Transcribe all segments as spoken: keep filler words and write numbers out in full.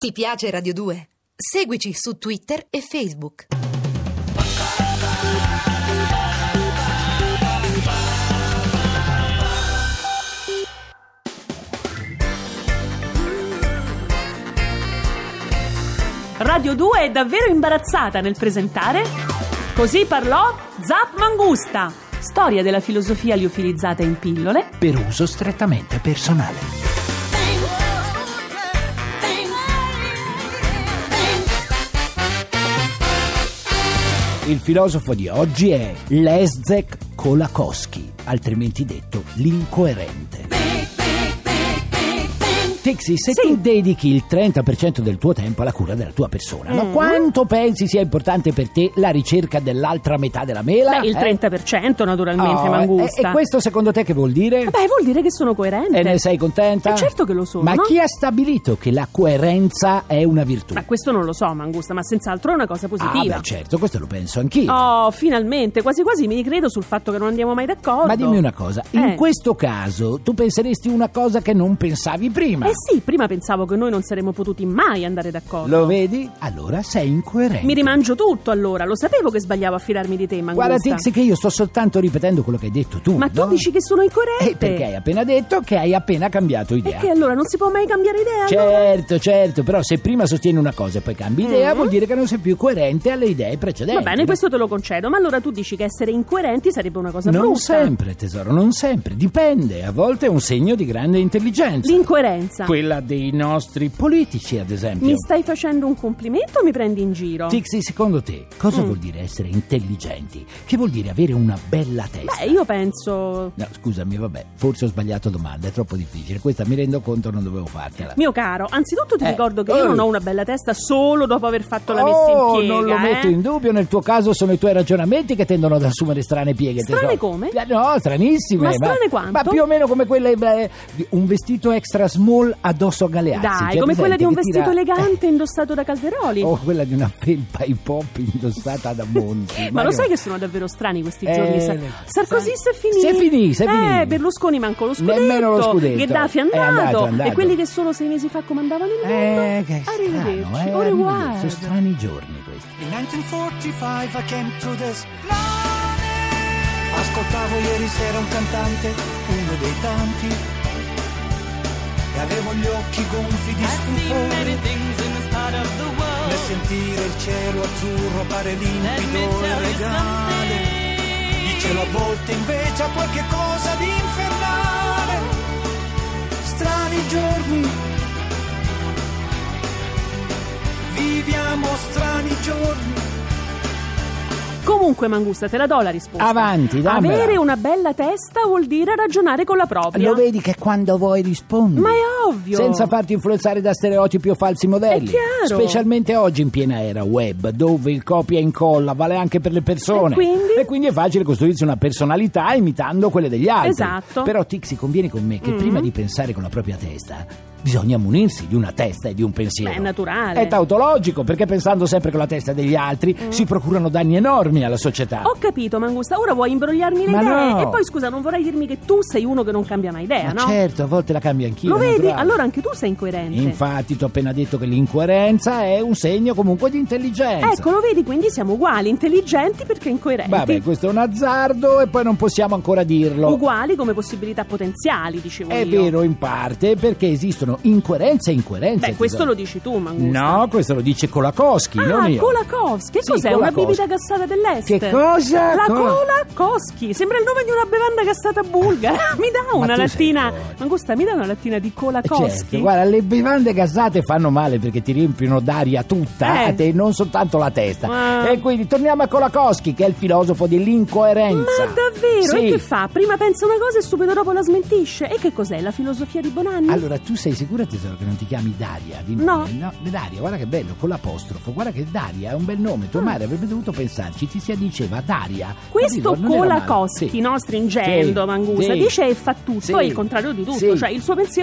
Ti piace Radio due? Seguici su Twitter e Facebook. Radio due è davvero imbarazzata nel presentare Così parlò Zap Mangusta, storia della filosofia liofilizzata in pillole per uso strettamente personale. Il filosofo di oggi è Leszek Kolakowski, altrimenti detto l'incoerente. Tixi, se sì. tu dedichi il trenta per cento del tuo tempo alla cura della tua persona, mm. ma quanto pensi sia importante per te la ricerca dell'altra metà della mela? Beh, il trenta per cento naturalmente, Oh, Mangusta. E, e questo secondo te che vuol dire? Beh, vuol dire che sono coerente. E ne sei contenta? Eh, certo che lo sono. Ma chi ha stabilito che la coerenza è una virtù? Ma questo non lo so, Mangusta, ma senz'altro è una cosa positiva. Ah, beh, certo, questo lo penso anch'io. Oh, finalmente, quasi quasi mi ricredo sul fatto che non andiamo mai d'accordo. Ma dimmi una cosa, in Eh. questo caso tu penseresti una cosa che non pensavi prima? Eh sì, prima pensavo che noi non saremmo potuti mai andare d'accordo. Lo vedi? Allora sei incoerente. Mi rimangio tutto allora, lo sapevo che sbagliavo a fidarmi di te, Mangusta. Guarda Tixi, che io sto soltanto ripetendo quello che hai detto tu. Ma tu no? dici che sono incoerente. Eh, perché hai appena detto che hai appena cambiato idea. E che allora non si può mai cambiare idea? Allora? Certo, certo, però se prima sostieni una cosa e poi cambi idea, Mm. vuol dire che non sei più coerente alle idee precedenti. Va bene, questo te lo concedo, ma allora tu dici che essere incoerenti sarebbe una cosa Non brutta. sempre, tesoro, non sempre. Dipende, a volte è un segno di grande intelligenza. L'incoerenza. Quella dei nostri politici, ad esempio. Mi stai facendo un complimento o mi prendi in giro? Tixi, secondo te, cosa Mm. vuol dire essere intelligenti? Che vuol dire avere una bella testa? Beh, io penso... No, scusami, vabbè, forse ho sbagliato domanda, è troppo difficile. Questa mi rendo conto, non dovevo fartela. Mio caro, anzitutto ti Eh, ricordo che io oh. non ho una bella testa solo dopo aver fatto la messa in Oh, piega. non lo eh? metto in dubbio, nel tuo caso sono i tuoi ragionamenti che tendono ad assumere strane pieghe. Strane tesoro. come? Eh, No, stranissime. Ma strane quanto? Ma più o meno come quelle, beh, di un vestito extra small addosso a Galeazzi. Dai, C'è come quella di un presente che vestito tira- elegante indossato da Calderoli. O quella di una felpa hip hop indossata da Monti. Ma lo io- sai che sono davvero strani questi Eh, giorni? Sa- le- Sarkozy sa- si è finito. si è finì, si è Eh, finì. Berlusconi manco lo scudetto. Nemmeno lo scudetto. Gheddafi è È andato. andato, è andato. E quelli che solo sei mesi fa comandavano il mondo. Eh, che Arrivederci. strano, eh, Au revoir. arrivederci. Sono strani giorni questi. In millenovecentoquarantacinque I came to this planet. Ascoltavo ieri sera un cantante, uno dei tanti, e avevo gli occhi gonfi di stupore nel sentire il cielo azzurro pare limpido e regale. Il cielo a volte invece ha qualche cosa di infernale. Strani giorni, viviamo strani giorni. Comunque, Mangusta, te la do la risposta. Avanti, dammela. Avere una bella testa vuol dire ragionare con la propria. Lo vedi che quando vuoi rispondi. Ma è ovvio. Senza farti influenzare da stereotipi o falsi modelli. È chiaro. Specialmente oggi in piena era web, dove il copia e incolla vale anche per le persone. E quindi? E quindi è facile costruirsi una personalità imitando quelle degli altri. Esatto. Però Tixi, convieni con me che Mm. prima di pensare con la propria testa bisogna munirsi di una testa e di un pensiero. Beh, è naturale. È tautologico, perché pensando sempre con la testa degli altri Mm. si procurano danni enormi alla società. Ho capito, Mangusta, ora vuoi imbrogliarmi le Ma idee? no. E poi scusa, non vorrai dirmi che tu sei uno che non cambia mai idea, Ma no? certo, a volte la cambio anch'io. Lo è vedi? naturale. Allora anche tu sei incoerente. Infatti ti ho appena detto che l'incoerenza è un segno comunque di intelligenza. Ecco, lo vedi, quindi siamo uguali, intelligenti perché incoerenti. Vabbè, questo è un azzardo e poi non possiamo ancora dirlo. Uguali come possibilità potenziali, dicevo È io. vero in parte, perché esistono incoerenze e incoerenze. Beh, questo tesoro. lo dici tu, Mangusta. No, questo lo dice Kolakowski, Ah, non io. Kolakowski. Che Sì, cos'è? Una Kolakowski. bibita gassata dell'est? Che cosa? La Cola- Kolakowski. Sembra il nome di una bevanda gassata bulgara. Mi dà Ma una tu sei lattina. fuori. Mangusta, mi dà una lattina di Eh, Kolakowski? Certo, guarda, le bevande gassate fanno male perché ti riempiono d'aria tutta Eh. a te, non soltanto la testa. Ah. E quindi torniamo a Kolakowski, che è il filosofo dell'incoerenza. Ma davvero? Sì. E che fa? Prima pensa una cosa e subito dopo la smentisce. E che cos'è? La filosofia di Bonanni? Allora, tu sei sicura, tesoro, che non ti chiami Daria? Di No. nome? No, Daria, guarda che bello, con l'apostrofo. Guarda che Daria è un bel nome. Tua Ah. madre avrebbe dovuto pensarci, ti si diceva Daria. Questo Capito? Non era Kolakowski, male. Sì. no, stringendo, Sì. Mangusta, Sì. dice e fa tutto, Sì. è il contrario di tutto. Sì. Cioè, il suo pensiero ha avuto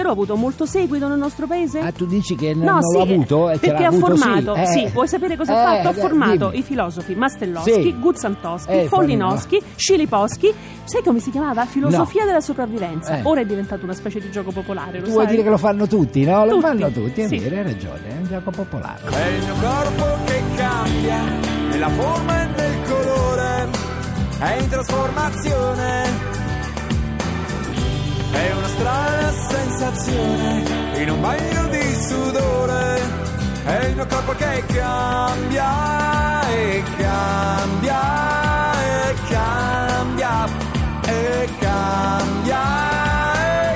molto seguito nel nostro paese? Ah, tu dici che n- No, non sì, l'ho avuto? E ce perché l'ha ha avuto, formato, sì. Eh. sì, vuoi sapere cosa ha Eh, fatto? Ha eh, formato dimmi. i filosofi Mastelowski, Sì. Guzzantowski, Eh, Follinoschi, Sciliposchi. Sai come si chiamava? Filosofia No. della sopravvivenza. Eh. Ora è diventato una specie di gioco popolare, lo Tu vuoi sai? dire che lo fanno tutti, no? Lo Tutti, fanno tutti, è sì. vero, hai ragione, è un gioco popolare. È il mio corpo che cambia, nella forma e nel colore, è in trasformazione, è una strana sensazione, in un bagno di sudore, è il mio corpo che cambia, e cambia, e cambia, e cambia, e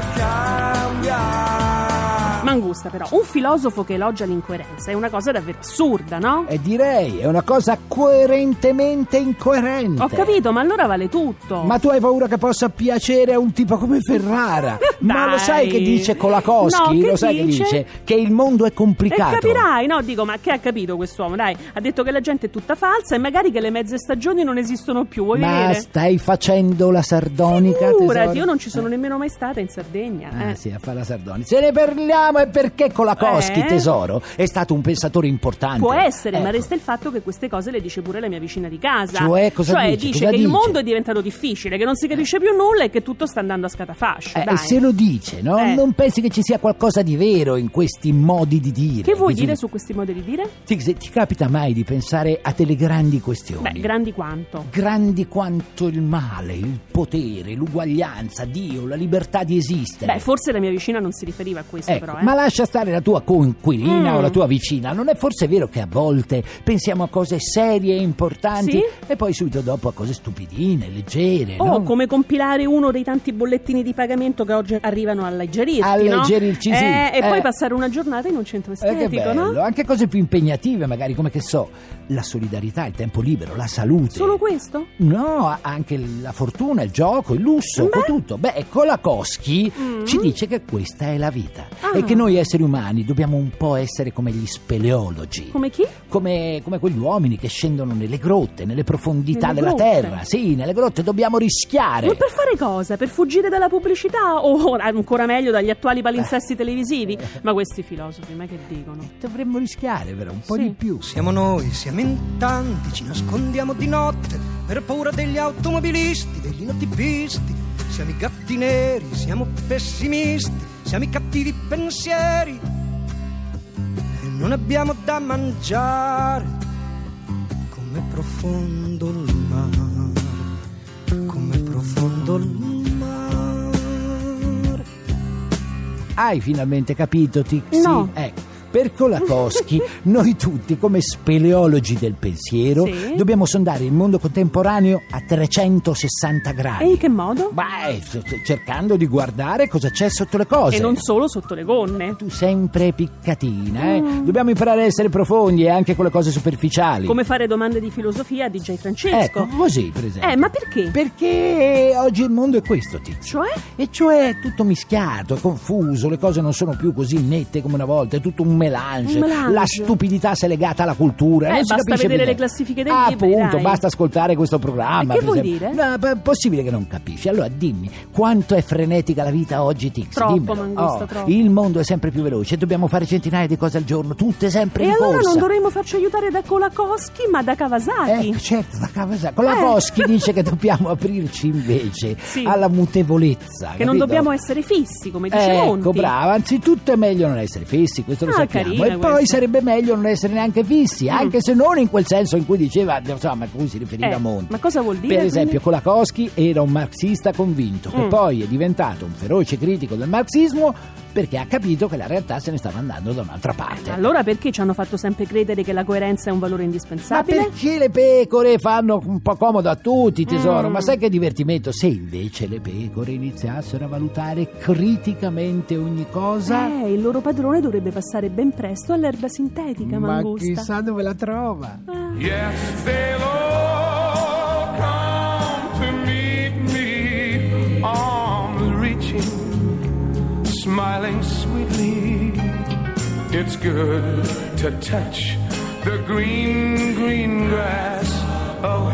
cambia. Mangusta, però, un filosofo che elogia l'incoerenza è una cosa davvero assurda, no? E direi, è una cosa coerentemente incoerente. Ho capito, ma allora vale tutto. Ma tu hai paura che possa piacere a un tipo come Ferrara? Ma lo sai che dice Kolakowski? No, che lo sai dice? che dice? Che il mondo è E complicato. capirai, no? Dico, ma che ha capito quest'uomo? Dai, ha detto che la gente è tutta falsa e magari che le mezze stagioni non esistono più, vuoi Ma vedere? stai facendo la sardonica, Figurati, tesoro? io non ci sono nemmeno mai stata in Sardegna. Ah, eh. sì, a fare la sardonica. Se ne parliamo è perché Kolakowski, Eh? tesoro, è stato un pensatore importante. Può essere, ma Ecco. resta il fatto che queste cose le dice pure la mia vicina di casa. Cioè, cosa Cioè, dice? dice Cosa che il dice? mondo è diventato difficile, che non si capisce più nulla e che tutto sta andando a scatafascio. Eh, dai. e se lo dice, no? Eh. Non pensi che ci sia qualcosa di vero in questi modi di dire? Che vuoi Questi- dire su questi modi di dire? Ti, se ti capita mai di pensare a delle grandi questioni? Beh, grandi quanto? Grandi quanto il male, il potere, l'uguaglianza, Dio, la libertà di esistere. Beh, forse la mia vicina non si riferiva a questo, Ecco, però, eh. ma lascia stare la tua coinquilina Mm. o la tua vicina. Non è forse vero che a volte pensiamo a cose serie e importanti Sì? e poi subito dopo a cose stupidine, leggere, Oh, no? come compilare uno dei tanti bollettini di pagamento che oggi arrivano a alleggerirti, no? Alleggerirci, sì. Eh, e Eh. poi passare una giornata in un centro Eh, che estetico, bello. no? Anche cose più impegnative, magari come che so, la solidarietà, il tempo libero, la salute. Solo questo? No, anche la fortuna, il gioco, il lusso, Beh. tutto. Beh, Kolakowski Mm. ci dice che questa è la vita Ah. e che noi esseri umani dobbiamo un po' essere come gli speleologi. Come chi? Come, come quegli uomini che scendono nelle grotte, nelle profondità Nelle della grotte? terra. Sì, nelle grotte dobbiamo rischiare. Ma per fare cosa? Per fuggire dalla pubblicità? O ancora meglio dagli attuali palinsesti televisivi? Ma questi filosofi, ma che dicono? Dovremmo rischiare, però, un po' Sì. di più. Siamo noi, siamo in tanti, ci nascondiamo di notte per paura degli automobilisti, degli notipisti. Siamo i gatti neri, siamo pessimisti, siamo i cattivi pensieri e non abbiamo da mangiare. Com'è profondo il mare, com'è profondo il mare. Hai finalmente capito, Tixi? No. Ecco. Per Kolakowski, noi tutti, come speleologi del pensiero, Sì. dobbiamo sondare il mondo contemporaneo a trecentosessanta gradi. E in che modo? Beh, c- cercando di guardare cosa c'è sotto le cose. E non solo sotto le gonne. Tu sempre piccatina, eh? Mm. Dobbiamo imparare a essere profondi e anche con le cose superficiali. Come fare domande di filosofia a D J Francesco. Ecco, così, per esempio. Eh, ma perché? Perché oggi il mondo è questo, Tixi. Cioè? E cioè è tutto mischiato, è confuso, le cose non sono più così nette come una volta, è tutto un melange, Un melange. la stupidità si è legata alla cultura. Eh, non si basta capisce vedere più le niente. classifiche degli Ah, libri, appunto, dai. basta ascoltare questo programma. Ma che per vuoi esempio. dire? No, è possibile che non capisci. Allora dimmi, quanto è frenetica la vita oggi, Tixi? Troppo, Dimmelo. Mangusta, Oh, troppo. il mondo è sempre più veloce, dobbiamo fare centinaia di cose al giorno, tutte sempre E in allora corsa. non dovremmo farci aiutare da Kolakowski, ma da Kawasaki. Eh, certo, da Kawasaki. Kolakowski dice che dobbiamo aprirci invece Eh. Sì. alla mutevolezza. Che non capito? dobbiamo essere fissi, come dice Monti. Ecco, brava, anzitutto è meglio non essere fissi, questo lo Ah, sappiamo. carina E poi questa. sarebbe meglio non essere neanche fissi, anche se non in quel senso in cui diceva, insomma, a cui si riferiva Eh, Monti. ma cosa vuol dire, Per esempio, quindi? Kolakowski era un marxista convinto, che Mm. poi è diventato un feroce critico del marxismo perché ha capito che la realtà se ne stava andando da un'altra parte. Allora perché ci hanno fatto sempre credere che la coerenza è un valore Ma indispensabile? perché le pecore fanno un po' comodo a tutti, tesoro? Mm. Ma sai che divertimento se invece le pecore iniziassero a valutare criticamente ogni cosa? Eh, il loro padrone dovrebbe passare ben presto all'erba sintetica, Ma Mangusta. chissà dove la trova. Ah. Yes, they'll all come to meet me, arms reaching, smiling sweetly. It's good to touch the green, green grass of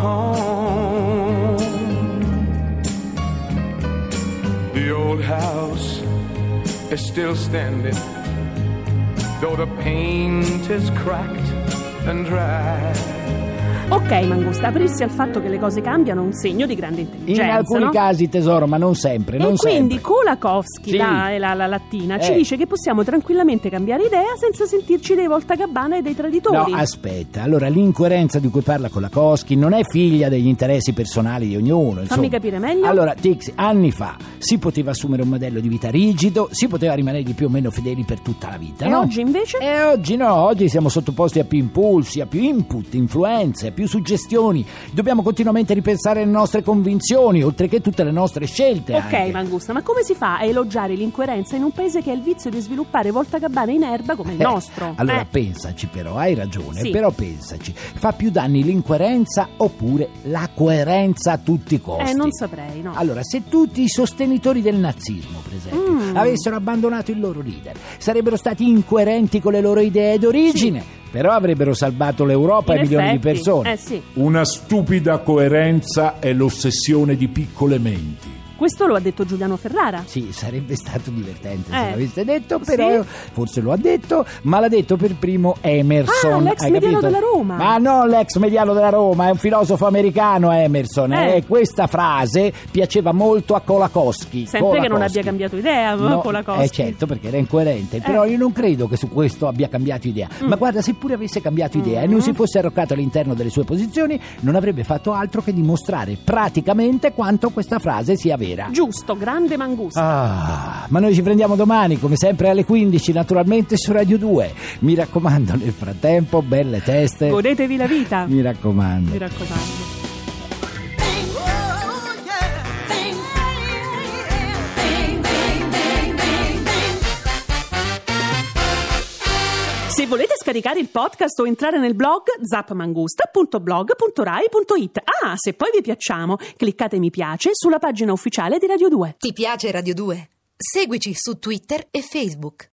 home. The old house is still standing, though the paint is cracked and dry. Ok, Mangusta, aprirsi al fatto che le cose cambiano è un segno di grande intelligenza. In alcuni no? casi, tesoro, ma non sempre. E non quindi sempre. Kolakowski, Sì. la, la, la lattina, Eh. ci dice che possiamo tranquillamente cambiare idea senza sentirci dei voltagabbana e dei traditori. No, aspetta. Allora, l'incoerenza di cui parla Kolakowski non è figlia degli interessi personali di ognuno. Insomma. Fammi capire meglio. Allora, Tixi, anni fa si poteva assumere un modello di vita rigido, si poteva rimanere più o meno fedeli per tutta la vita, E no? oggi invece? E oggi no, oggi siamo sottoposti a più impulsi, a più input, influenze, a più suggestioni. Dobbiamo continuamente ripensare le nostre convinzioni, oltre che tutte le nostre scelte. Ok, anche. Mangusta, ma come si fa a elogiare l'incoerenza in un paese che ha il vizio di sviluppare voltagabbana in erba come il Eh, nostro? Allora Eh. pensaci però, hai ragione, Sì. però pensaci, fa più danni l'incoerenza oppure la coerenza a tutti i costi? Eh, non saprei, no. Allora, se tutti i sostenitori del nazismo, per esempio, Mm. avessero abbandonato il loro leader, sarebbero stati incoerenti con le loro idee d'origine, però avrebbero salvato l'Europa In e milioni di effetti, persone. Eh sì, Una stupida coerenza è l'ossessione di piccole menti. questo lo ha detto Giuliano Ferrara. Sì, sarebbe stato divertente se Eh. l'avesse detto, Sì. però forse lo ha detto, ma l'ha detto per primo Emerson. Ah, l'ex hai mediano capito? della Roma. Ma no, l'ex mediano della Roma, è un filosofo americano Emerson. Eh. E questa frase piaceva molto a Kolakowski. Sempre che non Kolakowski. abbia cambiato idea, No, Kolakowski. eh certo, perché era incoerente, però io non credo che su questo abbia cambiato idea. Mm. Ma guarda, se pure avesse cambiato idea e non si fosse arroccato all'interno delle sue posizioni, non avrebbe fatto altro che dimostrare praticamente quanto questa frase sia vera. Giusto, grande Mangusta. Ah, ma noi ci prendiamo domani, come sempre alle quindici, naturalmente su Radio due. Mi raccomando, nel frattempo, belle teste. Godetevi la vita. Mi raccomando. Mi raccomando. Se volete scaricare il podcast o entrare nel blog zapmangusta punto blog punto rai punto it. Ah, se poi vi piacciamo, cliccate mi piace sulla pagina ufficiale di Radio due. Ti piace Radio due? Seguici su Twitter e Facebook.